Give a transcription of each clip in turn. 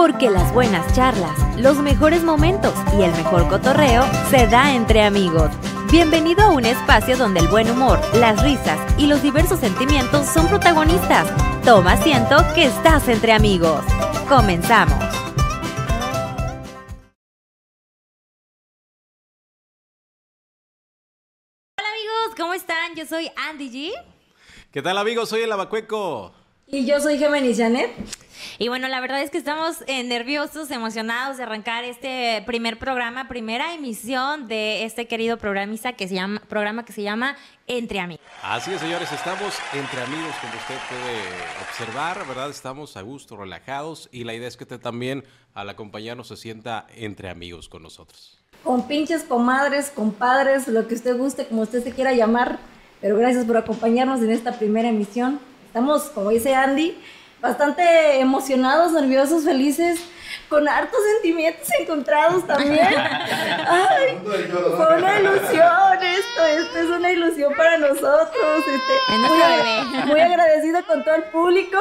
Porque las buenas charlas, los mejores momentos y el mejor cotorreo se da entre amigos. Bienvenido a un espacio donde el buen humor, las risas y los diversos sentimientos son protagonistas. Toma asiento que estás entre amigos. Comenzamos. Hola amigos, ¿cómo están? Yo soy Andy G. ¿Qué tal amigos? Soy el Amacueco. Y yo soy Géminis Janet. Y bueno, la verdad es que estamos nerviosos, emocionados de arrancar este primer programa, primera emisión de este querido programa que se llama Entre Amigos. Así es, señores, estamos entre amigos, como usted puede observar, ¿verdad? Estamos a gusto, relajados, y la idea es que usted también, al acompañarnos, se sienta entre amigos con nosotros. Con pinches, comadres, compadres, lo que usted guste, como usted se quiera llamar, pero gracias por acompañarnos en esta primera emisión. Estamos, como dice Andy, bastante emocionados, nerviosos, felices, con hartos sentimientos encontrados también. Ay, fue una ilusión esto es una ilusión para nosotros. Muy agradecido con todo el público.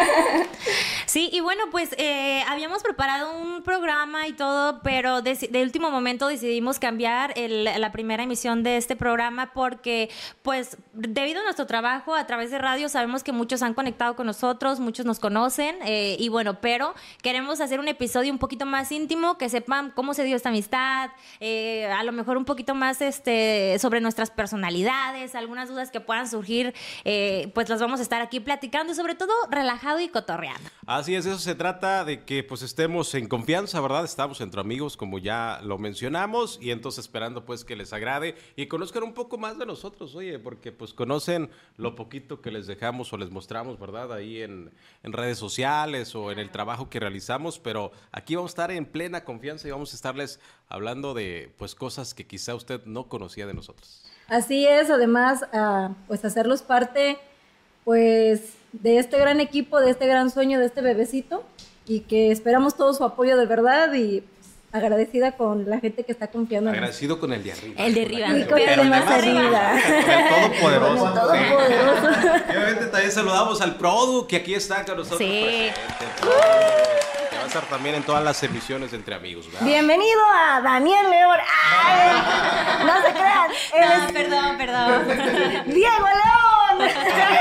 Sí, y bueno, pues habíamos preparado un programa y todo, pero de último momento decidimos cambiar la primera emisión de este programa porque, pues, debido a nuestro trabajo a través de radio, sabemos que muchos han conectado con nosotros, muchos nos conocen, y bueno, pero queremos hacer un episodio un poquito más íntimo, que sepan cómo se dio esta amistad, a lo mejor un poquito más sobre nuestras personalidades, algunas dudas que puedan surgir, pues las vamos a estar aquí platicando y sobre todo relajado y cotorreando. Así es, eso se trata de que pues estemos en confianza, ¿verdad? Estamos entre amigos, como ya lo mencionamos, y entonces esperando pues que les agrade y conozcan un poco más de nosotros, oye, porque pues conocen lo poquito que les dejamos o les mostramos, ¿verdad? Ahí en redes sociales o en el trabajo que realizamos, pero aquí vamos a estar en plena confianza y vamos a estarles hablando de pues cosas que quizá usted no conocía de nosotros. Así es, además, pues hacerlos parte, pues, de este gran equipo, de este gran sueño, de este bebecito, y que esperamos todo su apoyo de verdad y pues, agradecida con la gente que está confiando en nosotros. Agradecido con el de arriba. El de arriba. Y con el de más arriba. Con el todopoderoso. Con el todopoderoso. Sí. Y obviamente también saludamos al Produ, que aquí está con nosotros presente. Que va a estar también en todas las emisiones de Entre Amigos, ¿verdad? Bienvenido a Daniel León. ¡Ay! No se crean. Perdón. Diego León.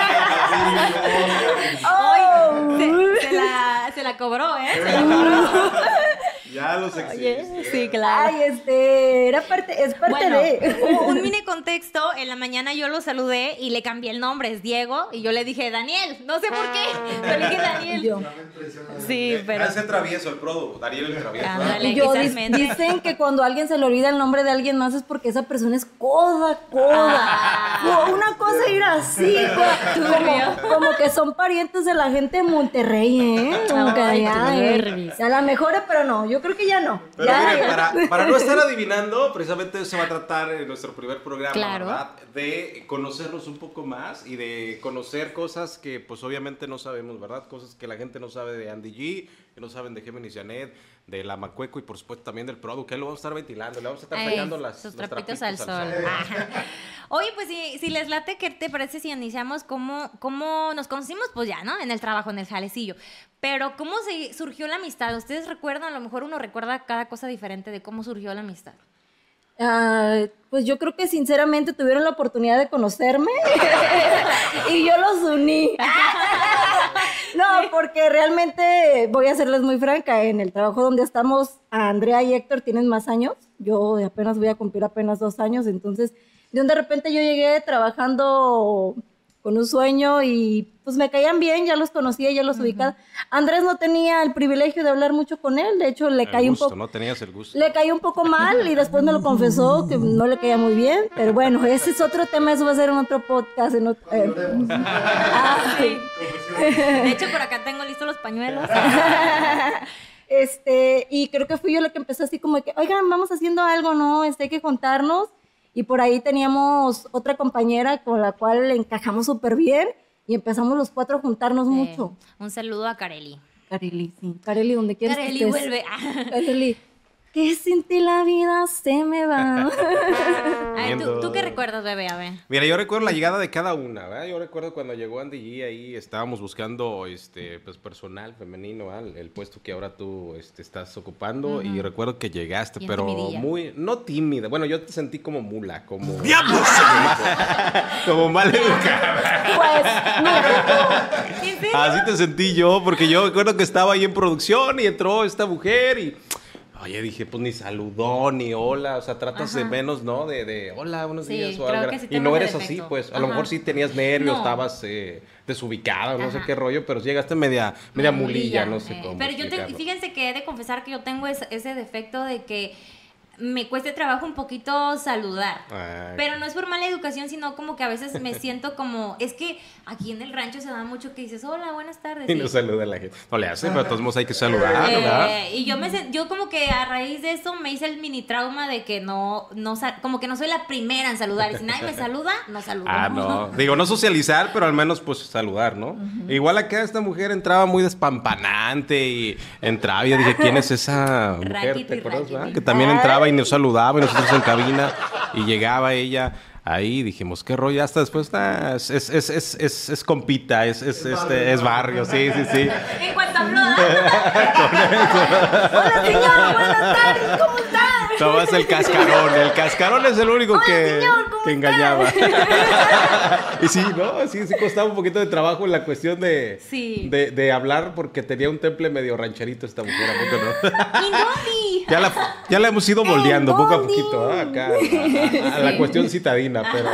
Se la cobró, ¿eh? Se la cobró. Ya los exhibiste. Sí, claro. Ay, es parte bueno, de... un mini contexto, en la mañana yo lo saludé y le cambié el nombre, es Diego, y yo le dije Daniel, no sé por qué, pero le dije Daniel. Yo. Sí, pero... Ese travieso, el Produ, Daniel el travieso. Ándale, Yo, quizásmente. dicen que cuando a alguien se le olvida el nombre de alguien más es porque esa persona es coda. Una cosa ir así, como que son parientes de la gente de Monterrey, ¿eh? Como que Ay, a la mejor, pero no, yo creo que ya no. Pero miren, para no estar adivinando, precisamente se va a tratar en nuestro primer programa, claro, ¿verdad? De conocernos un poco más y de conocer cosas que pues obviamente no sabemos, ¿verdad? Cosas que la gente no sabe de Andy G, que no saben de Géminis Janet, de la Macueco y por supuesto también del Produ, que lo vamos a estar ventilando, le vamos a estar sacando sus trapitos al sol. Oye, pues si les late, ¿qué te parece si iniciamos cómo nos conocimos? Pues ya, ¿no? En el trabajo, en el jalecillo. Pero ¿cómo se surgió la amistad? ¿Ustedes recuerdan? A lo mejor uno recuerda cada cosa diferente de cómo surgió la amistad. Pues yo creo que sinceramente tuvieron la oportunidad de conocerme y yo los uní. No, porque realmente voy a serles muy franca, en el trabajo donde estamos, Andrea y Héctor tienen más años, yo apenas voy a cumplir 2 años, entonces de repente yo llegué trabajando con un sueño y pues me caían bien, ya los conocía, ya los ubicaba. Andrés no tenía el privilegio de hablar mucho con él, de hecho le caí un poco. No tenías el gusto. Le caí un poco mal y después me lo confesó que no le caía muy bien, pero bueno, ese es otro tema, eso va a ser en otro podcast. De hecho, por acá tengo listos los pañuelos. Y creo que fui yo la que empezó así como que, oigan, vamos haciendo algo, ¿no? Hay que juntarnos. Y por ahí teníamos otra compañera con la cual encajamos súper bien y empezamos los 4 a juntarnos mucho. Un saludo a Kareli. Kareli, sí. Kareli, donde quieras Kareli, que estés. vuelve. Kareli, que sin ti la vida se me va. Ay, ¿tú qué recuerdas, bebé? A ver. Mira, yo recuerdo la llegada de cada una, ¿verdad? Yo recuerdo cuando llegó Andy G, ahí estábamos buscando pues personal femenino, ¿verdad? El puesto que ahora tú estás ocupando. Y recuerdo que llegaste, Bien pero timidilla. muy, no tímida. Bueno, yo te sentí como mula, como... ¡Diablos! como mal educada. Pues, mira, ¿En serio? Así te sentí yo, porque yo recuerdo que estaba ahí en producción y entró esta mujer y... Oye, dije, pues ni saludó, ni hola, o sea, tratas de menos, ¿no? De hola, buenos Sí, días o creo algo. que sí Y tengo no ese eres así, defecto. pues. A lo mejor sí tenías nervios, No. estabas desubicada, o no sé Ajá. qué rollo, pero llegaste media mulilla, no sé cómo Pero explicarlo. fíjense que he de confesar que yo tengo ese defecto de que me cuesta trabajo un poquito saludar. Ay. Pero no es por mala educación, sino como que a veces me siento como... Es que aquí en el rancho se da mucho que dices, hola, buenas tardes. Y no saluda a la gente. No le hace, pero de todos modos hay que saludar, ¿verdad? Y yo como que a raíz de eso me hice el mini trauma de que como que no soy la primera en saludar. Y si nadie me saluda, no saludo. Ah, no. Digo, no socializar, pero al menos pues saludar, ¿no? Igual acá esta mujer entraba muy despampanante y entraba y yo dije, ¿quién es esa mujer? Raquiti, ¿Te acuerdas, Raquiti. verdad? Que también entraba y nos saludaba y nosotros en cabina y llegaba ella ahí, dijimos, qué rollo, hasta después es compita, es barrio, sí. En cuanto habló, hola señor, buenas tardes, ¿cómo está? Tomas el cascarón es el único que engañaba. Y sí, ¿no? Sí costaba un poquito de trabajo en la cuestión Sí. de hablar porque tenía un temple medio rancherito esta mujer, ¿a poco no? ¡Mi Dolly! Ya la hemos ido moldeando poco a Dolly! poquito, ¿ah? Acá, a la cuestión citadina, pero...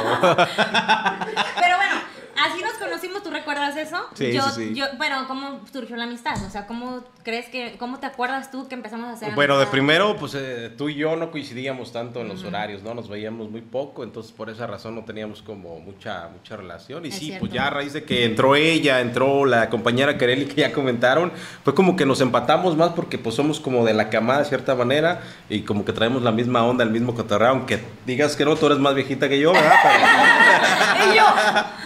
Pero bueno, así nos conocimos, ¿tú recuerdas eso? Sí, sí. Bueno, ¿cómo surgió la amistad? O sea, ¿cómo te acuerdas tú que empezamos a hacer Bueno, de amistad? primero, pues tú y yo no coincidíamos tanto en los horarios, ¿no? Nos veíamos muy poco, entonces por esa razón no teníamos como mucha relación. Y Es sí, cierto. pues ya a raíz de que entró la compañera Kareli que ya comentaron, fue como que nos empatamos más porque pues somos como de la camada de cierta manera y como que traemos la misma onda, el mismo cotorreo, aunque digas que no, tú eres más viejita que yo, ¿verdad? Y yo,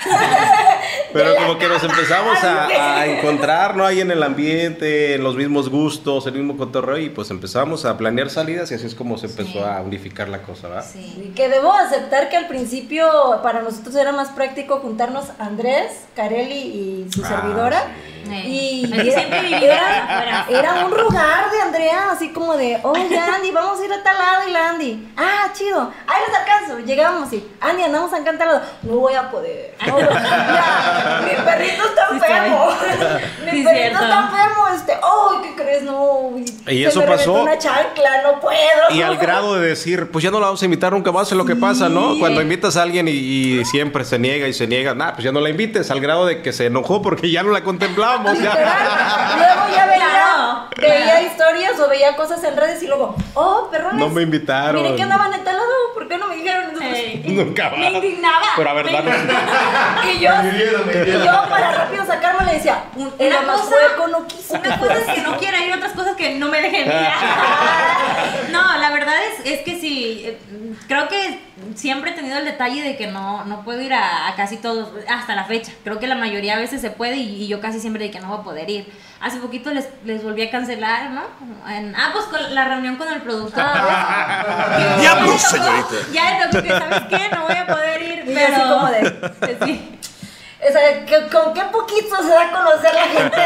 Pero como que nos empezamos a encontrar, ¿no? Ahí en el ambiente, en los mismos gustos, el mismo cotorreo y pues empezamos a planear salidas y así es como se empezó a unificar la cosa, ¿verdad? Sí. que debo aceptar que al principio para nosotros era más práctico juntarnos Andrés, Kareli y su servidora. Sí. Y Es que siempre vivíamos afuera. era un rogar de Andrea, así como de, oye Andy, vamos a ir a tal lado. Y la Andy, chido, ahí los alcanzo. Llegábamos y, Andy, andamos acá en tal lado. No voy a poder. No, ya, mi perrito está enfermo. Mi Sí, perrito cierto. está enfermo. ¿Qué crees? No. Y se eso me reventó pasó. una chancla, no puedo. Y al grado de decir, pues ya no la vamos a invitar nunca más, es lo que pasa, ¿no? Cuando invitas a alguien y siempre se niega, pues ya no la invites, al grado de que se enojó porque ya no la contemplábamos. Literal. Ya. Luego ya Claro, veía historias o veía cosas en redes y luego, perrones. No me invitaron. Miren que andaban en tal lado, ¿por qué no me dijeron? Entonces, Ey. Nunca va. Me indignaba. Pero a ver, danos. y yo para rápido sacarme le decía, el Una más cosa- hueco no quiso. Una cosa es que no quiera ir, otras cosas que no me dejen ir. No, la verdad es que sí, creo que siempre he tenido el detalle de que no puedo ir a casi todos, hasta la fecha. Creo que la mayoría a veces se puede y yo casi siempre de que no voy a poder ir. Hace poquito les volví a cancelar, ¿no? Pues con la reunión con el productor. ¡Diablos, señorita! Ya le tocó que, ¿sabes qué? No voy a poder ir, Y yo pero... así como de- Sí. O sea, ¿con qué poquito se da a conocer la gente?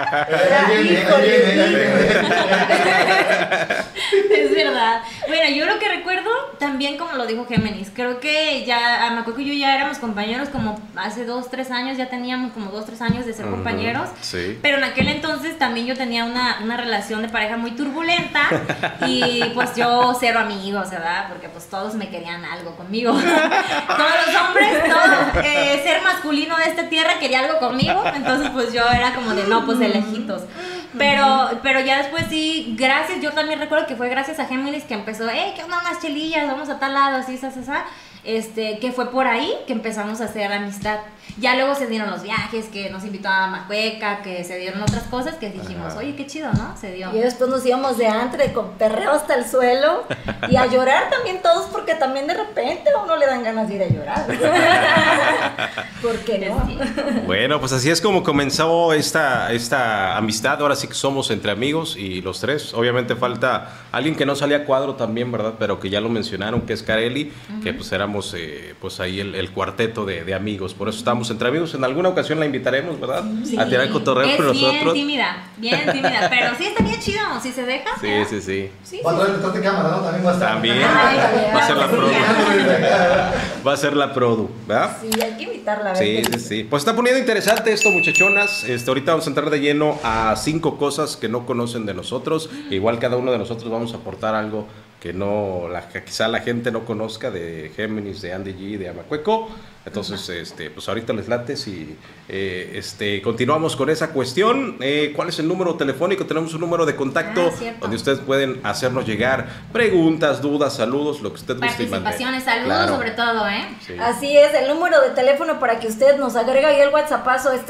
Es verdad. Bueno, yo lo que recuerdo también, como lo dijo Géminis, creo que ya, me acuerdo que yo ya éramos compañeros como hace 2-3 años, ya teníamos como 2-3 años de ser compañeros. Sí. Pero en aquel entonces también yo tenía una relación de pareja muy turbulenta y pues yo cero amigos, ¿verdad? Porque pues todos me querían algo conmigo. Todos los hombres, todo ser masculino de esta tierra quería algo conmigo, entonces pues yo era como de no, pues de lejitos. Pero ya después sí, gracias, yo también recuerdo que fue gracias a Géminis que empezó, ¿qué onda unas chelillas? Vamos a tal lado, así. que fue por ahí que empezamos a hacer amistad. Ya luego se dieron los viajes, que nos invitó a Macueca, que se dieron otras cosas que dijimos, oye, qué chido, ¿no? Se dio. Y después nos íbamos de antre con perreo hasta el suelo y a llorar también todos, porque también de repente a uno le dan ganas de ir a llorar. ¿Por qué no? Bueno, pues así es como comenzó esta amistad. Ahora sí que somos entre amigos y los tres. Obviamente falta alguien que no salía a cuadro también, ¿verdad? Pero que ya lo mencionaron, que es Kareli, que pues éramos pues ahí el cuarteto de amigos. Por eso estamos entre amigos. En alguna ocasión la invitaremos, ¿verdad? Sí. A tirar cotorreo con nosotros. Bien tímida, pero sí estaría chido, si se deja. Sí. Va a traer detrás de cámara, ¿no? También va a estar. También. Ay, Va a ser la sí. produ. Va a ser la produ, ¿verdad? Sí, hay que invitarla a ver Sí, qué sí, dice. sí. Pues está poniendo interesante esto, muchachonas. Ahorita vamos a entrar de lleno a 5 cosas que no conocen de nosotros. Igual cada uno de nosotros vamos a aportar algo que quizá la gente no conozca de Géminis, de Andy G, de Amacueco. Entonces, pues ahorita les late si continuamos con esa cuestión. ¿Cuál es el número telefónico? Tenemos un número de contacto donde ustedes pueden hacernos llegar preguntas, dudas, saludos, lo que usted guste y mande. Participaciones, saludos Claro. sobre todo, Sí. Así es, el número de teléfono para que usted nos agregue ahí el WhatsAppazo es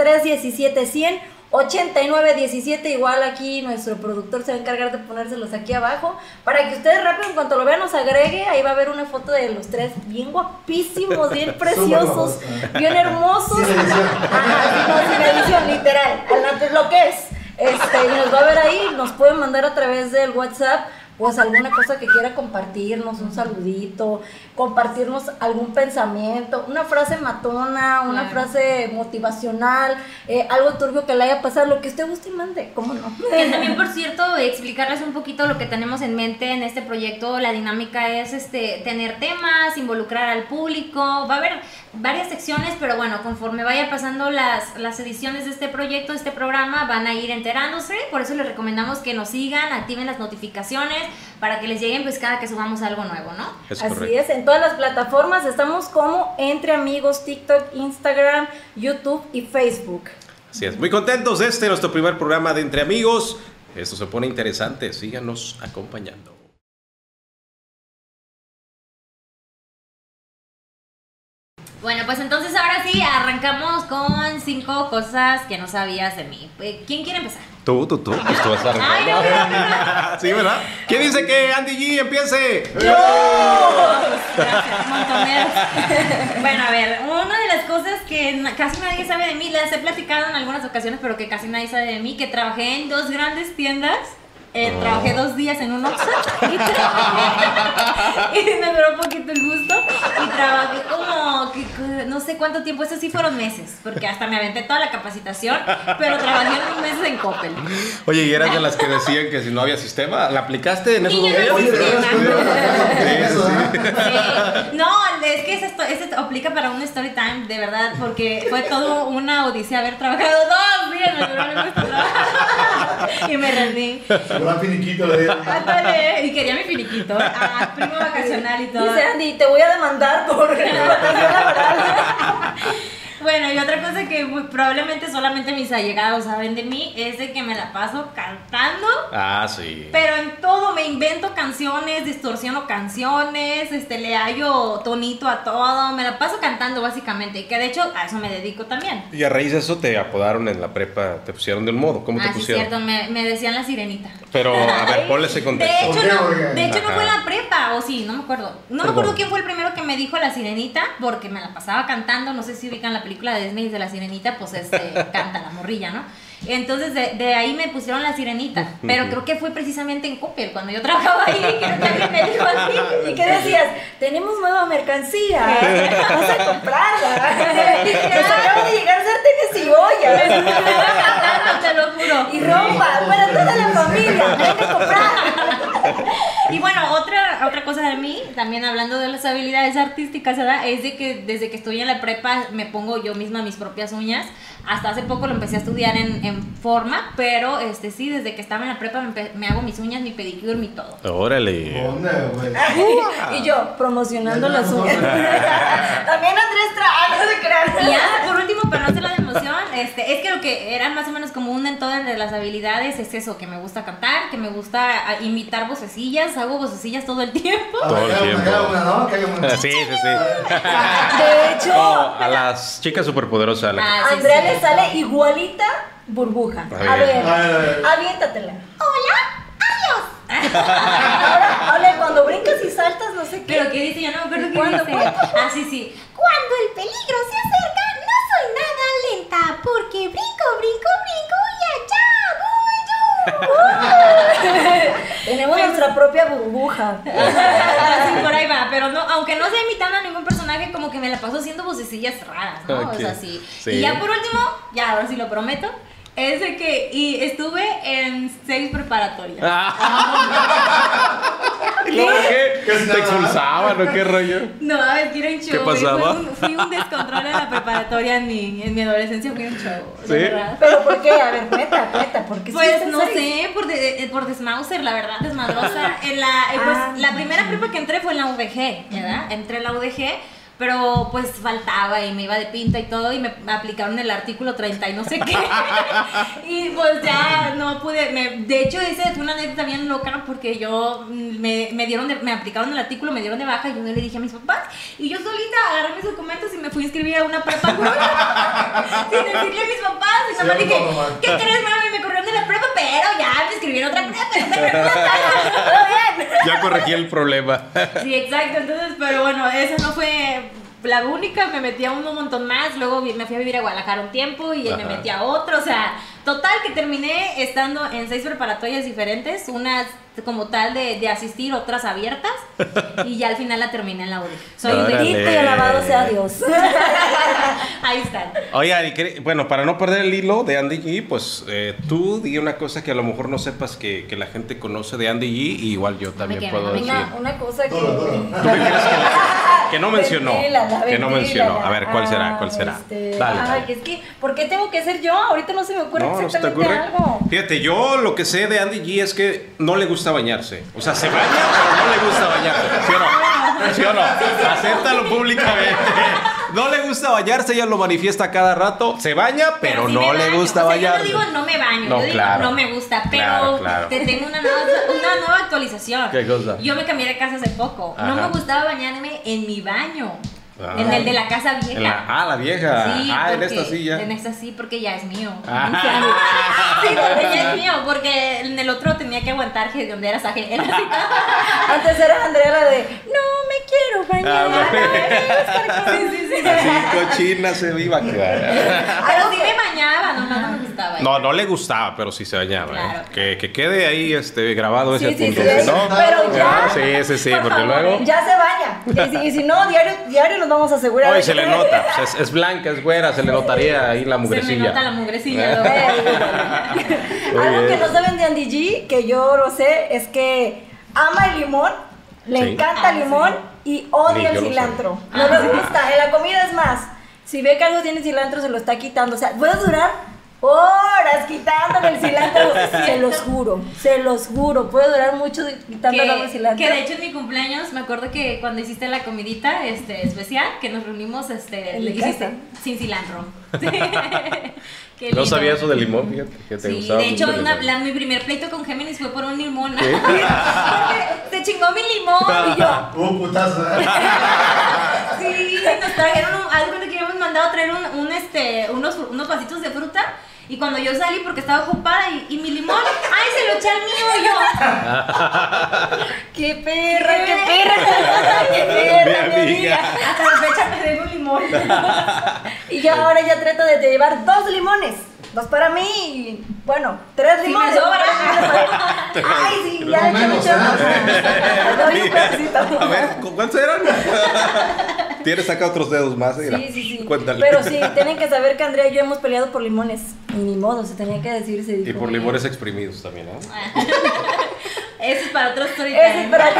317-100-8917. Igual aquí nuestro productor se va a encargar de ponérselos aquí abajo para que ustedes rápido, en cuanto lo vean, nos agregue. Ahí va a haber una foto de los tres bien guapísimos, bien preciosos, bien hermosos. Sin edición. Sin edición, literal, lo que es. Y nos va a ver ahí, nos pueden mandar a través del WhatsApp pues alguna cosa que quiera compartirnos, un saludito, compartirnos algún pensamiento, una frase matona, una frase motivacional, algo turbio que le haya pasado, lo que usted guste y mande, ¿cómo no? Que también, por cierto, explicarles un poquito lo que tenemos en mente en este proyecto. La dinámica es tener temas, involucrar al público. Va a haber varias secciones, pero bueno, conforme vaya pasando las ediciones de este proyecto, de este programa, van a ir enterándose. Por eso les recomendamos que nos sigan, activen las notificaciones para que les lleguen pues cada que subamos algo nuevo, ¿no? Es Así correcto. es, en todas las plataformas estamos como Entre Amigos, TikTok, Instagram, YouTube y Facebook. Así es. Muy contentos de nuestro primer programa de Entre Amigos. Esto se pone interesante. Síganos acompañando. Bueno, pues entonces ahora sí, arrancamos con 5 cosas que no sabías de mí. ¿Quién quiere empezar? Tú, pues tú vas a arrancar. Ay, no. Sí, ¿verdad? ¿Quién dice que Andy G empiece? Gracias, montoneros. Bueno, a ver, una de las cosas que casi nadie sabe de mí, las he platicado en algunas ocasiones, pero que casi nadie sabe de mí, que trabajé en 2 grandes tiendas. Trabajé 2 días en un Oxxo y me duró un poquito el gusto y trabajé como no sé cuánto tiempo, eso sí fueron meses, porque hasta me aventé toda la capacitación, pero trabajé unos meses en Coppel. Oye, y eras de las que decían que si no había sistema, ¿la aplicaste en esos Y yo no momentos? Eso, Sí. No, es que ese aplica para un story time, de verdad, porque fue todo una odisea haber trabajado 2 días, me duró el gusto trabajar y me rendí. gran finiquito le dieron. Ándale, y quería mi finiquito, primo vacacional y todo. Dice Andy, te voy a demandar por explotación laboral. Bueno, y otra cosa que probablemente solamente mis allegados saben de mí es de que me la paso cantando. Ah, sí. Pero en todo me invento canciones, distorsiono canciones, le hallo tonito a todo, me la paso cantando básicamente, que de hecho a eso me dedico también. Y a raíz de eso te apodaron en la prepa, te pusieron de un modo. ¿Cómo te Sí, es pusieron? cierto, me decían la sirenita. Pero, a ver, ponle ese De contexto. hecho, no, Oigan. de hecho no Ajá. fue en la prepa, o sí, no me acuerdo. No me acuerdo quién fue el primero que me dijo la sirenita, porque me la pasaba cantando, no sé si ubican la película de Disney de la sirenita, pues canta la morrilla, ¿no? Entonces de ahí me pusieron la sirenita, pero creo que fue precisamente en Coppel, cuando yo trabajaba ahí, creo que alguien me dijo así. ¿Y qué decías? Tenemos nueva mercancía, vas a comprarla. Nos acaba de llegar sartenes y ollas. Cantando, te lo juro. Y ropa para toda la familia, hay que comprar. Y bueno, otra cosa de mí, también hablando de las habilidades artísticas, ¿verdad? Es de que desde que estoy en la prepa me pongo yo misma mis propias uñas. Hasta hace poco lo empecé a estudiar en forma, pero sí, desde que estaba en la prepa me hago mis uñas, mi pedicure, mi todo. Órale. ¿Dónde, güey? Y yo promocionando las uñas. También Andrés trabaja de crear. Y ya, por último, para no hacer la de emoción, es que lo que era más o menos común en todas las habilidades es eso, que me gusta cantar, que me gusta imitar vocecillas, hago vocecillas todo el tiempo. Todo el tiempo. ¿No? Que haya una. Sí, sí, sí. De hecho, No, a las chicas superpoderosas. a la- Ah, a sí, Andrea sí. le sale igualita burbuja. A A ver. ver, aviéntatela. Ahora, hable cuando brincas y saltas, no sé qué. Pero ¿qué dice? Yo no me acuerdo qué ¿Cuándo? dice. Ah, sí, sí. Cuando el peligro se acerca, no soy nada lenta, porque brinco, brinco, brinco y allá voy yo. Tenemos nuestra propia burbuja. Sí, por ahí va, pero no, aunque no sea imitando a ningún personaje, como que me la paso haciendo vocecillas raras, ¿no? Ok. O sea, sí. Sí. Y ya por último, ya ahora sí lo prometo, es de que y estuve en 6 preparatorias. ¿Luego qué? ¿Qué es ¿Te nada? expulsaban o qué rollo? No, es que era un show. ¿Qué pasaba? Fui un descontrol en la preparatoria en mi adolescencia, fui un show. de ¿Sí? verdad. ¿Pero por qué? A ver, cuenta, ¿por qué Pues estuviste en no seis? sé, por desmauser, la verdad, desmadrosa. Pues, la primera prepa que entré fue en la UDG, ¿verdad? Entré en la UDG, pero pues faltaba y me iba de pinta y todo y me aplicaron el artículo 30 y no sé qué. Y pues ya no pude, de hecho ese fue una anécdota bien loca porque yo me aplicaron el artículo, me dieron de baja y yo le dije a mis papás y yo solita agarré mis documentos y me fui a inscribir a una prepa sin decirle a mis papás y nomás Sí, dije, mamá. ¿qué crees, mami? Me corrieron de la prepa, pero ya me inscribí en otra prepa, no te preocupes, todo bien. Ya corregí el problema. Sí, exacto, entonces, pero bueno, esa no fue la única, me metí a uno un montón más, luego me fui a vivir a Guadalajara un tiempo y me Ajá. metí a otro, o sea, total que terminé estando en 6 preparatorias diferentes, unas como tal de asistir, otras abiertas, y ya al final la terminé en la UDG. Soy Órale. Bendito y alabado sea Dios. ahí están. Oigan, bueno, para no perder el hilo de Andy G, pues tú di una cosa que a lo mejor no sepas que la gente conoce de Andy G, y igual yo también queme, puedo no me decir. Una cosa que... Que no mencionó. Ventílala, Que no mencionó. A ver, ¿cuál será? Ah, ¿Cuál será? Ay, Dale. es que, ¿por qué tengo que ser yo? Ahorita no se me ocurre No, ¿no se te exactamente ocurre? algo. Fíjate, yo lo que sé de Andy G es que no le gusta bañarse. O sea, se baña, pero no le gusta bañarse. ¿Sí o no? ¿Sí o no? Acéptalo públicamente. No le gusta bañarse, ella lo manifiesta cada rato. Se baña, pero sí no me le baño. gusta o sea, bañarse. Yo no digo no me baño, No, yo digo claro. no me gusta, pero Claro, claro. te tengo una nueva actualización. ¿Qué cosa? Yo me cambié de casa hace poco. No Ajá. me gustaba bañarme en mi baño. Ah. En el de la casa vieja. La vieja. Sí, En porque- esta sí ya. En esta sí, porque ya es mío. Ah. Sí, porque ya es mío, porque en el otro tenía que aguantar que donde eras ajena. Antes era Andrea la de, no me quiero bañar. Ah, Sí, sí, sí. Así cochina se iba a quedar. Pero sí me bañaba, no me gustaba. No le gustaba, pero sí se bañaba. Claro. Que quede ahí grabado ese Sí, sí, punto. sí, Si no, pero ya. Sí, Por porque favor, luego. Ya se baña. Y si no, diario nos vamos a asegurar. Hoy de se que- le nota, pues, es blanca, es güera, se le notaría ahí la Se me mugrecilla. nota la mugrecilla. Muy Algo que bien. no saben de Andy G, que yo lo sé, es que ama el limón, le Sí. encanta el limón y odia Ni yo el lo cilantro. No le gusta. En la comida es más. Si ve que algo tiene cilantro, se lo está quitando. O sea, puedes durar horas quitándole el cilantro. Se los juro. Puede durar mucho quitándole el cilantro. Que de hecho en mi cumpleaños me acuerdo que cuando hiciste la comidita especial, que nos reunimos, le mi hiciste casa. sin cilantro. Qué No lindo. sabía eso del limón, fíjate, que te Sí, gustaba de hecho mucho el limón. mi primer pleito con Géminis fue por un limón. ¿Sí? Porque se chingó mi limón y yo. Un putazo. Sí, nos trajeron algo que habíamos mandado a traer unos vasitos de fruta. Y cuando yo salí porque estaba ocupada y mi limón, ¡ay, se lo eché al mío! Y yo, ¡Qué perra, qué perra! ¡Qué perra, Mi mi amiga. amiga! hasta la fecha me debo un limón. Y yo ahora ya trato de llevar 2 limones. 2 para mí y, bueno, 3 Sí, limones. me sobra. Ay, sí, ya le eché menos, mucho. Le doy un pedacito. A ver, ¿cuántos eran? Tienes acá otros dedos más, mira. Sí, sí, sí. Cuéntale. Pero sí, tienen que saber que Andrea y yo hemos peleado por limones. Y ni modo, se tenía que decir, se dijo. Y por limones exprimidos también, ¿no? Eso es para otro story Ese time. es para que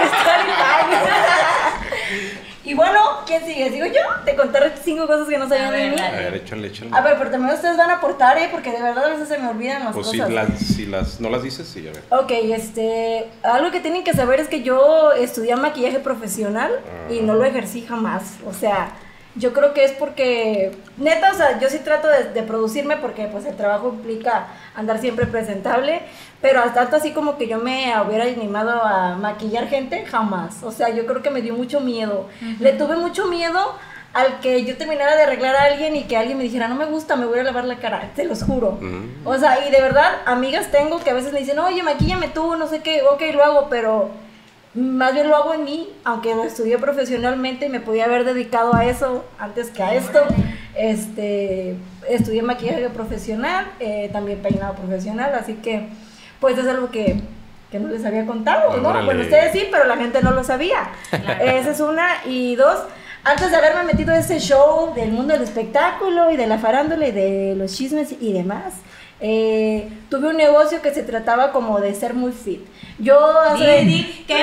Y bueno, ¿quién sigue? ¿Sigo yo? Te contaré 5 cosas que no sabían de mí. A ver, échale. A ver, pero también ustedes van a aportar, porque de verdad a veces se me olvidan las Pues cosas. si no las dices, sí, a ver. Ok, algo que tienen que saber es que yo estudié maquillaje profesional y no lo ejercí jamás. O sea, Yo creo que es porque, neta, o sea, yo sí trato de producirme porque pues el trabajo implica andar siempre presentable, pero al tanto así como que yo me hubiera animado a maquillar gente, jamás. O sea, yo creo que me dio mucho miedo. Le tuve mucho miedo al que yo terminara de arreglar a alguien y que alguien me dijera, no me gusta, me voy a lavar la cara, te los juro. O sea, y de verdad, amigas tengo que a veces me dicen, oye, maquíllame tú, no sé qué, ok, lo hago, pero más bien lo hago en mí, aunque lo estudié profesionalmente y me podía haber dedicado a eso antes que a esto. Estudié maquillaje profesional, también peinado profesional, así que pues es algo que no les había contado, ¿no? Órale. Bueno, ustedes sí, pero la gente no lo sabía. Esa es una. Y dos, antes de haberme metido a ese show del mundo del espectáculo y de la farándula y de los chismes y demás, tuve un negocio que se trataba como de ser muy fit. Yo hace 20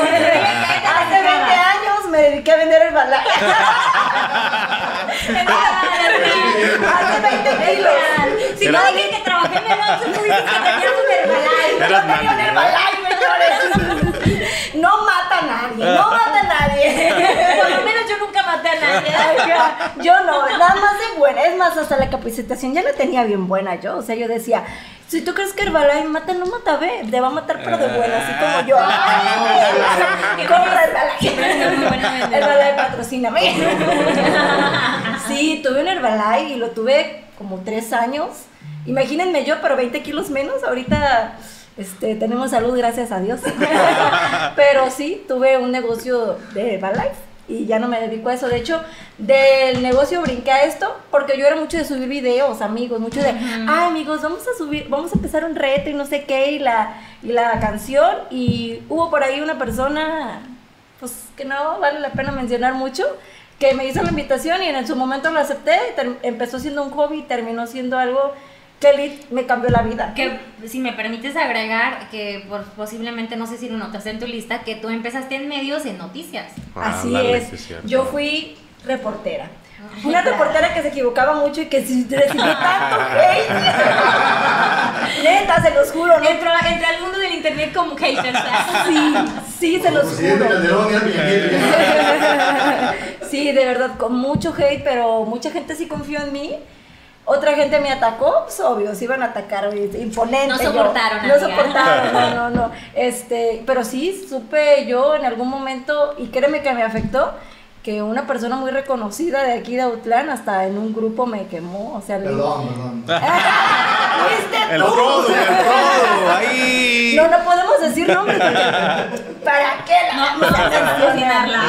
años me dediqué a vender el balay. Hace 20 kilos. Si no dije que trabajé en el Oxxo, tú dices que tenías un Herbalife. Yo tenía un Herbalife, señores. No mata a nadie, no mata a nadie. Por lo menos yo nunca maté a nadie. Yo no, nada más de buena. Es más, hasta la capacitación ya la tenía bien buena yo. O sea, yo decía, si tú crees que Herbalife mata, no mata, ve, te va a matar pero de buena, así como yo. Compra Herbalife. Herbalife, patrocíname. Sí, tuve un Herbalife y lo tuve como 3 años. Imagínense yo, pero 20 kilos menos. Ahorita tenemos salud, gracias a Dios. Pero sí, tuve un negocio de Herbalife y ya no me dedico a eso. De hecho, del negocio brinqué a esto porque yo era mucho de subir videos, amigos, mucho de, ay, amigos, vamos a empezar un reto y no sé qué, y la canción. Y hubo por ahí una persona, pues que no vale la pena mencionar mucho, que me hizo la invitación y en su momento lo acepté. Empezó siendo un hobby y terminó siendo algo que me cambió la vida. Que si me permites agregar, que posiblemente, no sé si lo notaste en tu lista, que tú empezaste en medios en noticias. Así Ándale, es. sí cierto. Yo fui reportera. Una reportera que se equivocaba mucho y que recibí tanto hate. Neta, se los juro. ¿No? Entró al mundo del internet como haters. Sí, se los Presidente juro. Calderón, mira Peña Nieto. Sí, de verdad, con mucho hate, pero mucha gente sí confió en mí. Otra gente me atacó, pues obvio, se iban a atacar, imponente. No soportaron, No amiga. soportaron, no. Pero sí, supe yo en algún momento, y créeme que me afectó, que una persona muy reconocida de aquí de Autlán, hasta en un grupo me quemó, o sea, Perdón. ¿Fuiste El tú? rodo, ahí. No podemos decir nombres, porque ¿para qué la vamos a patrocinarla?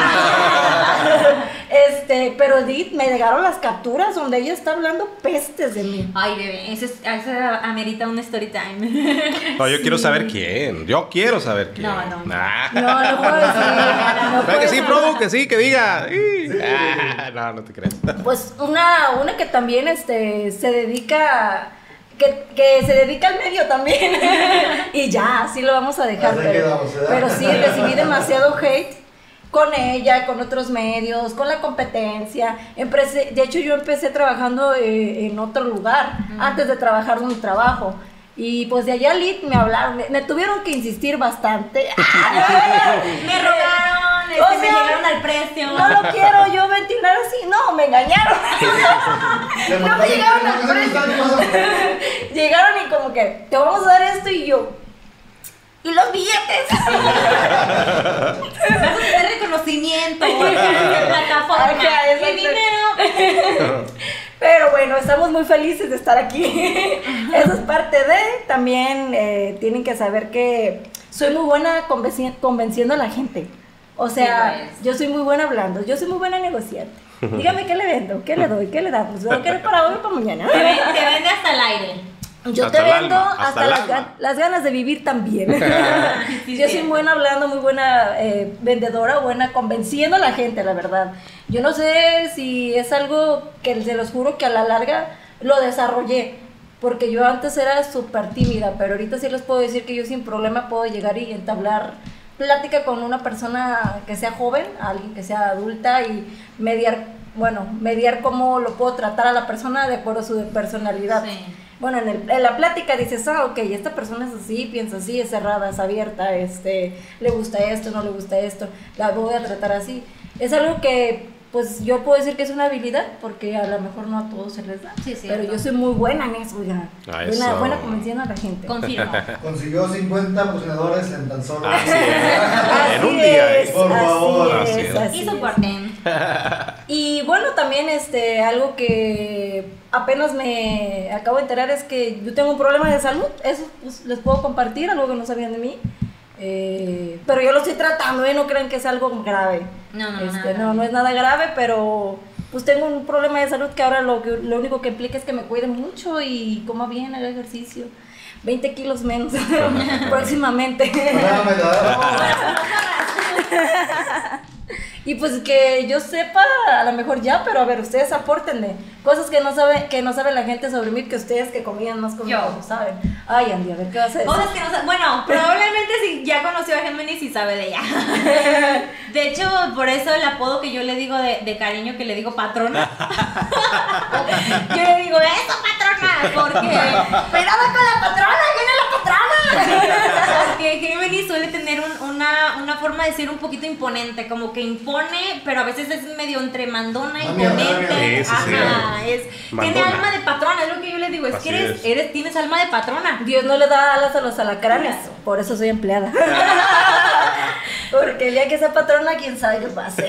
Pero Edith, me llegaron las capturas donde ella está hablando pestes de mí. Ay, bebé, eso amerita un story time. No, yo quiero saber quién. Yo quiero saber quién. No. Nah. No puedo decir. No ¿Verdad puedo que sí, decir. Produ? Que sí, que diga. No te creas. Pues una que también se dedica que se dedica al medio también. Y ya, así lo vamos a dejar. Así quedamos, ¿verdad? Pero sí, recibí demasiado hate con ella, con otros medios, con la competencia. De hecho, yo empecé trabajando en otro lugar, antes de trabajar donde trabajo. Y pues de allá Lit me hablaron, me tuvieron que insistir bastante. Me rogaron, O sea, me llegaron al precio. No lo quiero yo ventilar así. No, me engañaron. No me llegaron al precio. Llegaron y como que, te vamos a dar esto y yo. ¿Y los billetes? Vas a tener reconocimiento de plataforma. Ajá, Y dinero. Pero bueno, estamos muy felices de estar aquí. Eso es parte de. También tienen que saber que soy muy buena convenciendo a la gente. O sea, Sí, pues. yo soy muy buena hablando, yo soy muy buena negociante. Dígame qué le vendo, qué le doy, qué le damos. ¿Lo quiere para hoy o para mañana? Te vende hasta el aire. Yo Hasta te el vendo alma, hasta hasta el alma. las ganas de vivir también. Sí, Yo soy cierto. buena hablando, muy buena vendedora, buena convenciendo a la gente, la verdad. Yo no sé si es algo que se los juro que a la larga lo desarrollé, porque yo antes era súper tímida, pero ahorita sí les puedo decir que yo sin problema puedo llegar y entablar plática con una persona que sea joven, alguien que sea adulta y mediar cómo lo puedo tratar a la persona de acuerdo a su personalidad. Sí. Bueno, en la plática dices, ok, esta persona es así, piensa así, es cerrada, es abierta, le gusta esto, no le gusta esto, la voy a tratar así. Es algo que pues yo puedo decir que es una habilidad, porque a lo mejor no a todos se les da. Sí, pero cierto. yo soy muy buena en eso, ya. Eso. Buena convenciendo a la gente. Confirmo. Consiguió 50 patrocinadores en tan solo. Así es. Así En un día, es, por favor. así Así es, es. así Y es. soporten. Y bueno, también algo que apenas me acabo de enterar es que yo tengo un problema de salud. Eso pues, les puedo compartir, algo que no sabían de mí. Pero yo lo estoy tratando, no crean que es algo grave. No es nada grave, pero pues tengo un problema de salud que ahora lo único que implica es que me cuide mucho y coma bien, haga ejercicio. 20 kilos menos próximamente. Y pues que yo sepa, a lo mejor ya, pero a ver, ustedes apórtenme cosas que no sabe la gente sobre mí, que ustedes que comían más conmigo Yo. no saben. Ay, Andy, a ver, ¿qué vas a decir? Cosas que no sabe. Bueno, probablemente si ya conoció a Géminis y sabe de ella. De hecho, por eso el apodo que yo le digo de cariño, que le digo patrona. Yo le digo, ¡eso, patrona! Porque. ¡Cuidado con la patrona! ¡Viene la patrona! Porque Géminis suele tener una forma de ser un poquito imponente, como que impone, pero a veces es medio entre mandona y imponente. Sí, sí, sí. Ajá, tiene Mandona. alma de patrona, es lo que yo le digo, es Así que es. tienes alma de patrona. Dios no le da alas a los alacranes, por eso soy empleada. Porque el día que sea patrona, quién sabe qué pase.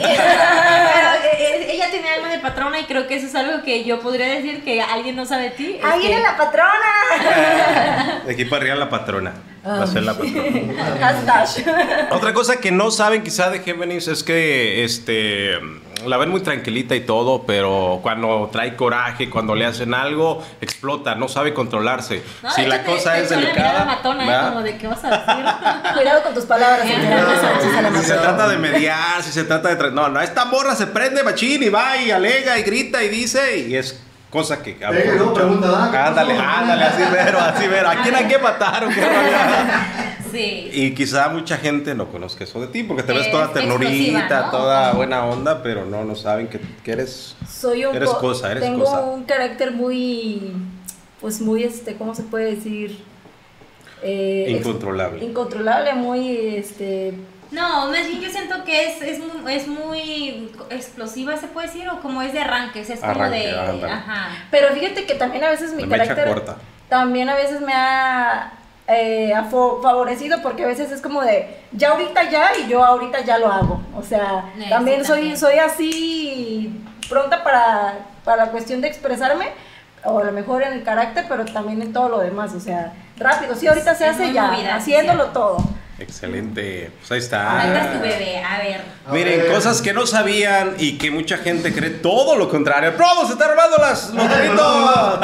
Pero ella tiene alma de patrona y creo que eso es algo que yo podría decir que alguien no sabe de ti. es ¡Ahí que- viene la patrona! De aquí para arriba la patrona. Va a ser la patrona. Hashtag. Otra cosa que no saben quizá de Géminis es que la ven muy tranquilita y todo, pero cuando trae coraje, cuando le hacen algo, explota, no sabe controlarse. No, Si de la hecho, cosa te es echó la mirada delicada, matona, ¿verdad? como de qué vas a decir. Cuidado con tus palabras. Si se trata de mediar, si se trata de... No, esta morra se prende machín y va y alega y grita y dice y es cosa que... luego pregunta, ¿qué ándale, pasó? así mero. ¿A quién hay que matar o qué rollo? Sí. Y quizá mucha gente no conozca eso de ti porque te ves Es toda ternurita, explosiva, ¿no? toda buena onda, pero no saben que eres... Soy un Eres cosa, eres tengo cosa. un carácter muy, pues muy, ¿cómo se puede decir? Incontrolable. Incontrolable, muy, No, más bien yo siento que es muy explosiva, se puede decir, o como es de arranques, es como Arranque, de... ándale. Ajá. Pero fíjate que también a veces mi De mecha carácter corta. también a veces me ha favorecido, porque a veces es como de ya ahorita ya y yo ahorita ya lo hago. O sea, Sí, también sí, soy también. soy así pronta para la cuestión de expresarme, o a lo mejor en el carácter, pero también en todo lo demás. O sea, rápido, sí, ahorita se Es hace muy ya, movida, haciéndolo sí. todo. Excelente. Pues ahí está. Ahorita es tu bebé, a ver. Miren, cosas que no sabían y que mucha gente cree todo lo contrario. ¡Promo! ¡Se está robando los doritos!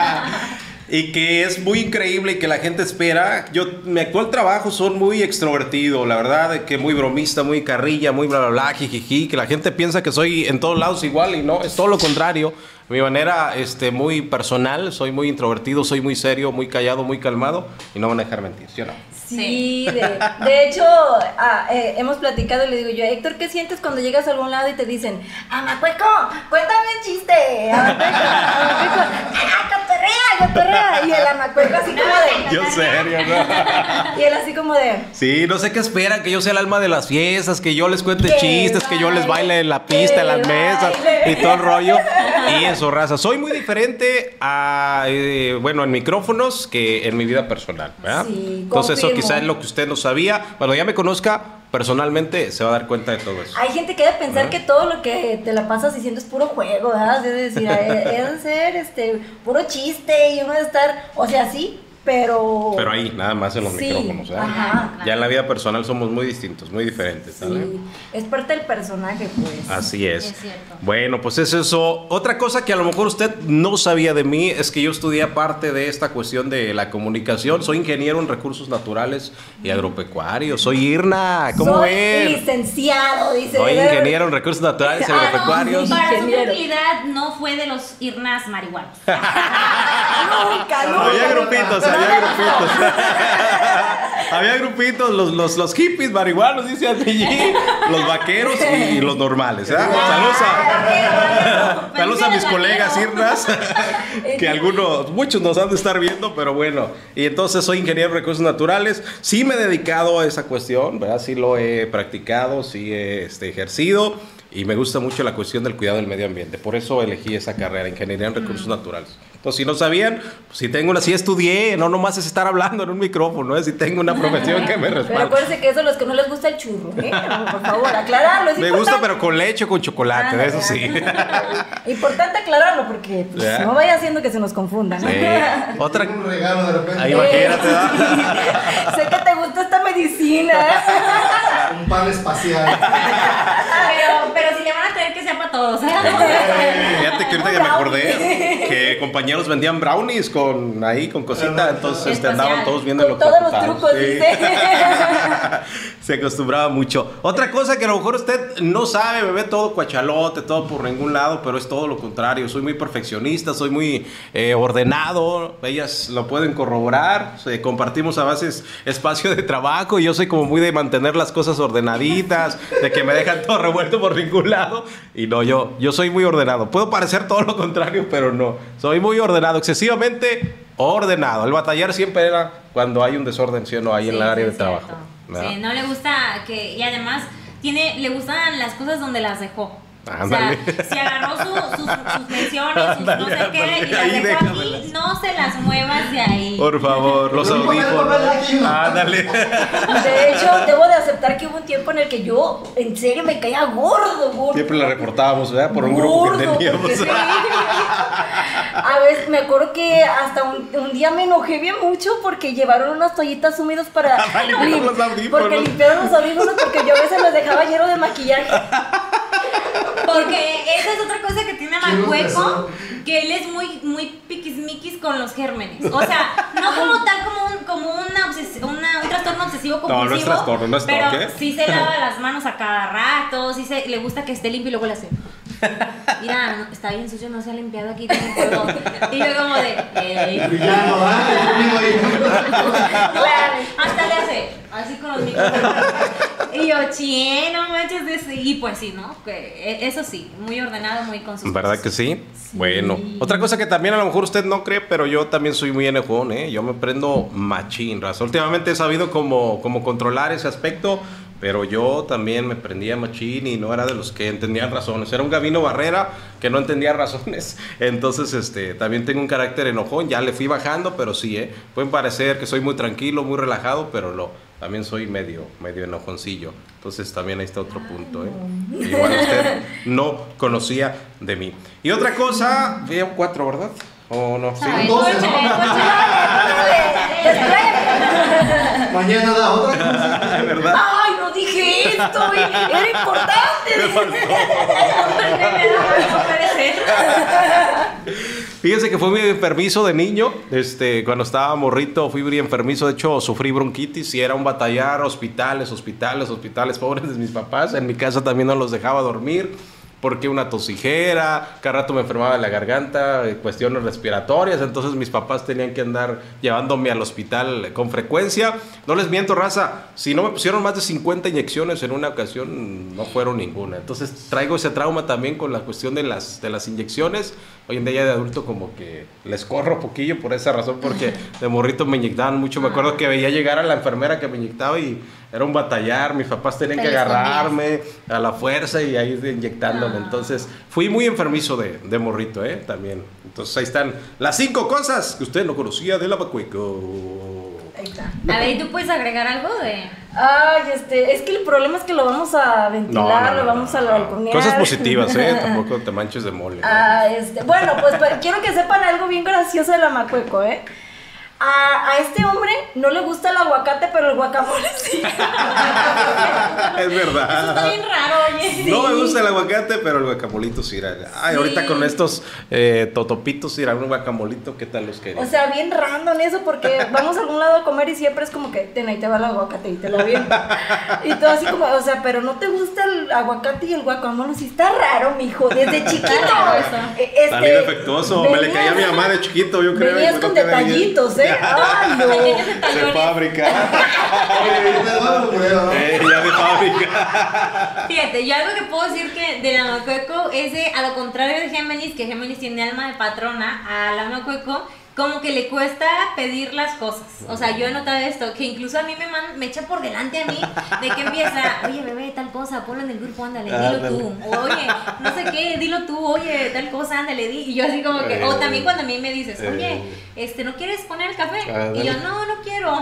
Y que es muy increíble y que la gente espera. Mi actual trabajo son muy extrovertido, la verdad, de que muy bromista, muy carrilla, muy bla bla bla, jijiji, que la gente piensa que soy en todos lados igual y no, es todo lo contrario. Mi manera muy personal, soy muy introvertido, soy muy serio, muy callado, muy calmado y no van a dejar mentir, ¿sí o no? Sí, de hecho, hemos platicado y le digo yo, Héctor, ¿qué sientes cuando llegas a algún lado y te dicen, Amacueco, cuéntame un chiste, Amacueco, cotorrea, y el Amacueco así como de... Yo serio, ¿no? Y él así como de... Sí, no sé qué esperan, que yo sea el alma de las fiestas, que yo les cuente Que chistes, que yo les baile en la pista, en las que mesas baile. y todo el rollo. Y eso, raza. Soy muy diferente a, en micrófonos que en mi vida personal, ¿verdad? Sí, Entonces eso confirmo. quizás es lo que usted no sabía. Cuando ya me conozca personalmente se va a dar cuenta de todo eso. Hay gente que debe pensar que todo lo que te la pasas diciendo es puro juego, ¿verdad? Es decir, es de ser puro chiste y uno de estar, o sea, sí, pero... Pero ahí, nada más en los Sí, micrófonos, ¿verdad? ajá. Ya en la vida personal somos muy distintos, muy diferentes, ¿sabes? Sí, es parte del personaje, pues. Así es. Es cierto. Bueno, pues es eso. Otra cosa que a lo mejor usted no sabía de mí es que yo estudié parte de esta cuestión de la comunicación. Soy ingeniero en recursos naturales y agropecuarios. Soy IRNA, ¿cómo Soy ven? licenciado, dice. Soy ingeniero en recursos naturales y Ah, no, agropecuarios. sí. Para su Ingeniero. tranquilidad, no fue de los irnas marihuanos. Nunca, Había grupitos, había grupitos. Había grupitos, los hippies marihuanos, dice Andy, los vaqueros y los normales. ¿Eh? Saludos a mis colegas irnas, que muchos nos han de estar viendo, pero bueno. Y entonces soy ingeniero en recursos naturales. Sí me he dedicado a esa cuestión, ¿verdad? Sí lo he practicado, sí he ejercido. y me gusta mucho la cuestión del cuidado del medio ambiente. Por eso elegí esa carrera, Ingeniería en Recursos Naturales. Entonces, si no sabían, pues, si tengo una, sí estudié, no nomás es estar hablando en un micrófono, si tengo una profesión que me Pero respalda. acuérdense que eso a los que no les gusta el churro, por favor, aclararlo. Es Me gusta, importante. pero con leche o con chocolate, de eso sí. Importante aclararlo porque pues, Ya. no vaya haciendo que se nos confundan. Sí. Otra... Un regalo de repente. Ahí imagínate, ¿verdad? Sé que te gusta esta medicina. Un pan espacial. Pero si le van a tener que sea para todos. Fíjate que ahorita ya me acordé que compañeros vendían brownies con cosita, entonces Espacial. andaban todos viendo Con lo todos los trucos, Sí. dice. Se acostumbraba mucho. Otra cosa que a lo mejor usted no sabe, me ve todo cuachalote, todo por ningún lado, pero es todo lo contrario. Soy muy perfeccionista, soy muy ordenado. Ellas lo pueden corroborar. Compartimos a veces espacio de trabajo y yo soy como muy de mantener las cosas ordenaditas, de que me dejan todo revuelto por ningún lado. Y no, yo soy muy ordenado. Puedo parecer todo lo contrario, pero no. Soy muy ordenado, excesivamente ordenado. El batallar siempre era cuando hay un desorden, ¿sí o no? Ahí en el área de trabajo. ¿Verdad? Sí, no le gusta que... Y además, le gustan las cosas donde las dejó. Ándale. O sea, si agarró sus menciones, sus no sé Ándale, qué, y ándale, las ahí dejó déjamelas. aquí, no se las muevas de ahí. Por favor, los Pero no me audífonos. pongas aquí, ¿no? Ándale. De hecho, debo de aceptar que hubo un tiempo en el que yo, en serio, me caía gordo. Siempre la reportábamos, ¿verdad? Por un grupo que Gordo, teníamos. porque sí. A veces me acuerdo que hasta un día me enojé bien mucho porque llevaron unas toallitas húmedas para limpiar los audífonos. porque limpiaron los audífonos porque yo a veces los dejaba lleno de maquillaje. Porque esa es otra cosa que tiene ¿Quién Macueco, empezó? que él es muy piquismiquis con los gérmenes. O sea, no como tal como un trastorno obsesivo compulsivo. No es trastorno, no es pero toque. sí se lava las manos a cada rato, le gusta que esté limpio y luego le hace. Mira, está bien sucio, no se ha limpiado aquí, tiene polvo. Y yo como de, ey. Brillando, ¿ah? Yo mismo ahí. Claro, hasta le hace así con los micrófonos. Y yo, chie, no manches de ese. Y pues sí, ¿no? Eso sí, muy ordenado, muy con sus ¿Verdad cosas. que sí? Bueno, otra cosa que también a lo mejor usted no cree, pero yo también soy muy enojón, ¿eh? Yo me prendo machín, raza. Últimamente he sabido cómo controlar ese aspecto, pero yo también me prendía machín y no era de los que entendían razones. Era un Gabino Barrera que no entendía razones. Entonces, también tengo un carácter enojón. Ya le fui bajando, pero sí, pueden parecer que soy muy tranquilo, muy relajado, pero no. También soy medio enojoncillo. Entonces también ahí está otro punto, Igual usted no conocía de mí. Y otra cosa, veo 4, ¿verdad? ¿O no? Sí. Ay, 12, ¿no? échale. Mañana da otra cosa. ¿Verdad? Ay, no dije esto, güey. Era importante. No puede ser. Fíjense que fue muy enfermizo de niño. Cuando estaba morrito fui muy enfermizo. De hecho, sufrí bronquitis y era un batallar, hospitales, pobres de mis papás. En mi casa también no los dejaba dormir porque una tosijera, cada rato me enfermaba de la garganta, cuestiones respiratorias, entonces mis papás tenían que andar llevándome al hospital con frecuencia. No les miento, raza, si no me pusieron más de 50 inyecciones en una ocasión, no fueron ninguna. Entonces traigo ese trauma también con la cuestión de las inyecciones. Hoy en día ya de adulto como que les corro poquillo por esa razón, porque de morrito me inyectaban mucho. Me acuerdo que veía llegar a la enfermera que me inyectaba y era un batallar. Mis papás tenían que agarrarme a la fuerza y ahí inyectándome. Entonces fui muy enfermizo de morrito, también. Entonces ahí están las 5 cosas que usted no conocía de la Macueco. Ahí está. A ver, ¿y tú puedes agregar algo de...? Ay, es que el problema es que lo vamos a ventilar, lo vamos a balconear. Cosas positivas, tampoco te manches de mole. Bueno, pues quiero que sepan algo bien gracioso de la Macueco, A este hombre no le gusta el aguacate, pero el guacamole sí. Es verdad. Está bien raro, oye. No me gusta el aguacate, pero el guacamolito sí era. Ay, Sí. ahorita con estos totopitos irá un guacamolito, ¿qué tal los quería? O sea, bien random eso, porque vamos a algún lado a comer y siempre es como que, ten, ahí te va el aguacate y te lo aviento. Y todo así como, o sea, pero no te gusta el aguacate y el guacamole, sí está raro, mijo, desde chiquito. Está bien defectuoso. Me le caía a mi mamá de chiquito, yo creo. Venías con detallitos, Ay, no. Pequeños De detallones. fábrica. Ya Ya de fábrica. Fíjate, yo algo que puedo decir que de la Macueco es a lo contrario de Géminis, que Géminis tiene alma de patrona, a la Macueco como que le cuesta pedir las cosas. O sea, yo he notado esto, que incluso a mí me echa por delante a mí, de que empieza, oye, bebé, tal cosa, ponlo en el grupo, ándale, dilo tú. Oye, no sé qué, dilo tú, oye, tal cosa, ándale, di. Y yo así como que, o también cuando a mí me dices, oye, ¿no quieres poner el café? Y yo, no quiero.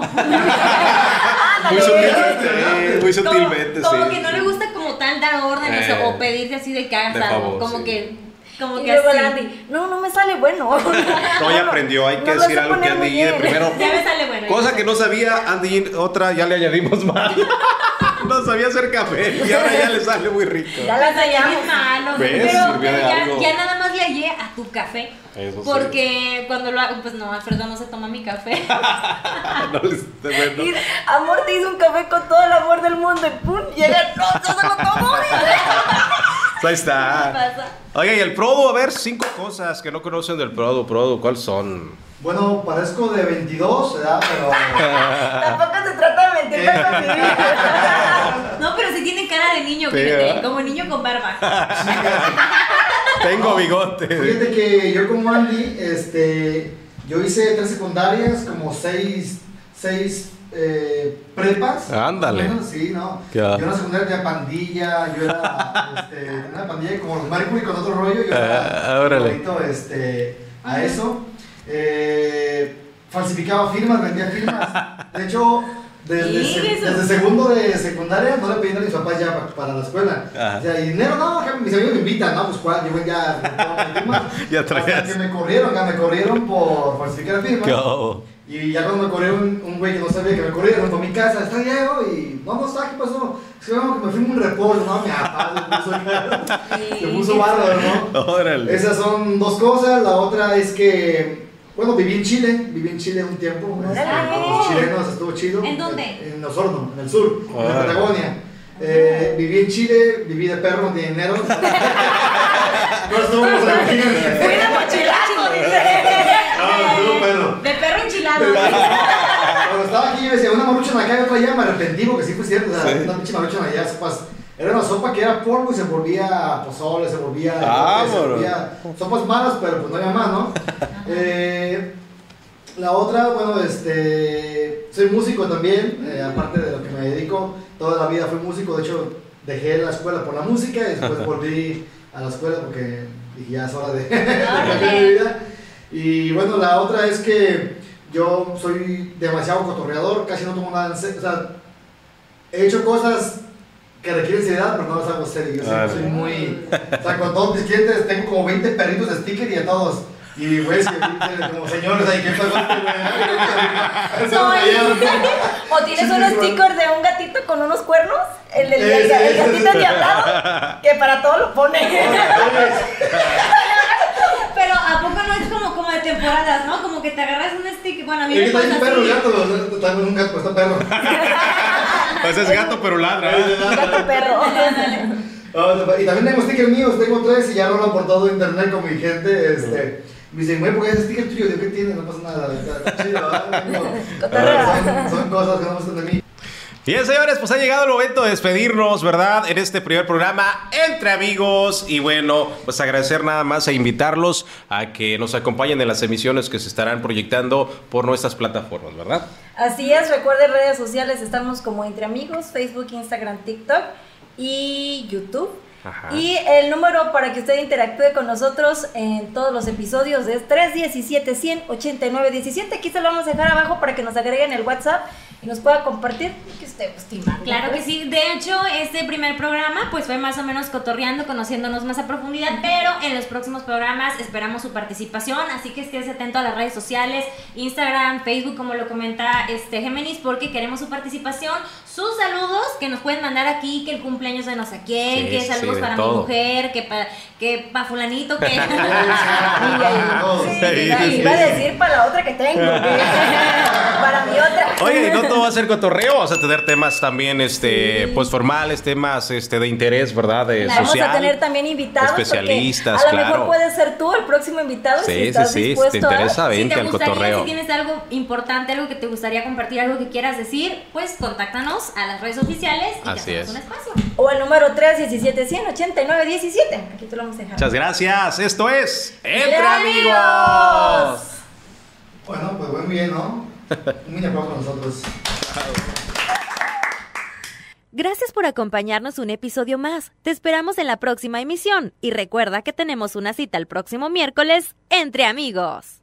Muy sutilmente, como que no le gusta como tal dar órdenes o pedirte así de que hagas algo, como que luego así. Andy, no me sale bueno. No, ya aprendió, hay que decir algo que Andy de primero. Ya me sale bueno. Cosa que no sabía, Andy, otra ya le añadimos más. No sabía hacer café y ahora ya le sale muy rico. Ya la hallamos. Malo, ¿Ves? Sirvió de algo. ya nada más le hallé a tu café. Eso porque cuando lo hago, pues no, Alfredo no se toma mi café. Bueno. Y, amor, te hizo un café con todo el amor del mundo y pum, llega, no se lo tomo. Ahí está. ¿Qué pasa? Oiga, y el Produ, a ver, 5 cosas que no conocen del Produ, ¿cuáles son? Bueno, parezco de 22, ¿verdad? Pero... Tampoco se trata de mentir conmigo. No, pero sí tiene cara de niño, Sí, fíjate, ¿verdad? como niño con barba. Tengo bigote. Fíjate que yo como Andy, yo hice 3 secundarias, como 6 prepas. Ándale. Bueno, sí, ¿no? ¿Qué va? Yo en la secundaria tenía pandilla, yo era una pandilla como los Mercury con otro rollo, yo era Órale. igualito, a eso. Falsificaba firmas, vendía firmas. De hecho, desde segundo de secundaria no le pedí a mis papás ya para la escuela. Ajá. O sea, y dinero no, mis amigos me invitan, no, pues cuál, yo ya Ya traías. hasta que me corrieron por falsificar firmas. ¿Cómo? Y ya cuando me corrieron un güey que no sabía que me corrieron por mi casa, está Diego y no está, ¿qué pasó? Es que bueno, que me fui un repollo, no, mi papá se puso bárbaro, ¿no? Órale. Esas son 2 cosas, la otra es que, bueno, viví en Chile un tiempo, con los chilenos, estuvo chido. ¿En dónde? En Osorno, en el sur, en la Órale. Patagonia. Viví en Chile, viví de perro, no tenía dinero. No estuvo, no se imaginan. Fui de mochilazo, dice. No, estuvo perro. De perro enchilado. Cuando estaba aquí yo decía, una marucha en la calle, otra allá, me arrepentí porque sí fue cierto, o sea, Sí. una pinche marucha en allá, sopas, era una sopa que era polvo y se volvía pozole, se volvía, sopas malas, pero pues no había más, ¿no? La otra, bueno, soy músico también, aparte de lo que me dedico, toda la vida fui músico, de hecho dejé la escuela por la música y después volví a la escuela porque dije, ya es hora de cambiar mi vida. Y bueno, la otra es que yo soy demasiado cotorreador, casi no tomo nada en serio, o sea, he hecho cosas que requieren seriedad, pero no las hago serio, yo soy muy, o sea, con todos mis clientes tengo como 20 perritos de sticker y a todos. Y güey, como señores ahí, ¿qué pasó? O tienes unos stickers de un gatito con unos cuernos, el gatito endiablado, que para todo lo pone. Pero ¿a poco no es como de temporadas, no? Como que te agarras un stick, bueno, a mí me Está pasa un perro, así. gato, está un gato, está perro. Pues es gato, pero ladra. Gato perro. Y también tengo stickers míos, tengo 3 y ya rolan por todo internet con mi gente, me dicen, güey, ¿por qué ese sticker tuyo? ¿De qué tiene? No pasa nada, está chido, ¿verdad? Son cosas que no me gustan de mí. Bien, señores, pues ha llegado el momento de despedirnos, ¿verdad? En este primer programa Entre Amigos. Y bueno, pues agradecer nada más e invitarlos a que nos acompañen en las emisiones que se estarán proyectando por nuestras plataformas, ¿verdad? Así es, recuerden redes sociales, estamos como Entre Amigos, Facebook, Instagram, TikTok y YouTube. Ajá. Y el número para que usted interactúe con nosotros en todos los episodios es 317-100-89-17. Aquí se lo vamos a dejar abajo para que nos agreguen el WhatsApp y nos pueda compartir que usted estima. Claro que sí, de hecho este primer programa pues fue más o menos cotorreando, conociéndonos más a profundidad, pero en los próximos programas esperamos su participación, así que estés atento a las redes sociales, Instagram, Facebook, como lo comenta Géminis, porque queremos su participación, sus saludos que nos pueden mandar aquí, que el cumpleaños de no sé quién, Sí, que saludos de para todo. mi mujer, que pa fulanito, que... Sí, Sí. iba a decir para la otra que tengo, para mi otra. Oye, y no todo va a ser cotorreo, vamos a tener temas también, pues formales, temas, de interés, ¿verdad? De Vamos social. a tener también invitados. Especialistas, porque a lo claro. mejor puedes ser tú el próximo invitado. Sí, si estás sí, dispuesto te interesa, a... vente al cotorreo. Si tienes algo importante, algo que te gustaría compartir, algo que quieras decir, pues contáctanos a las redes oficiales y Así te hacemos es. un espacio. O el número 317-100-89-17. Aquí te lo vamos a dejar. Muchas gracias. Esto es Entre Entre Amigos. Amigos. Bueno, pues muy bien, ¿no? Un mini aplauso para nosotros. Gracias por acompañarnos un episodio más. Te esperamos en la próxima emisión y recuerda que tenemos una cita el próximo miércoles entre amigos.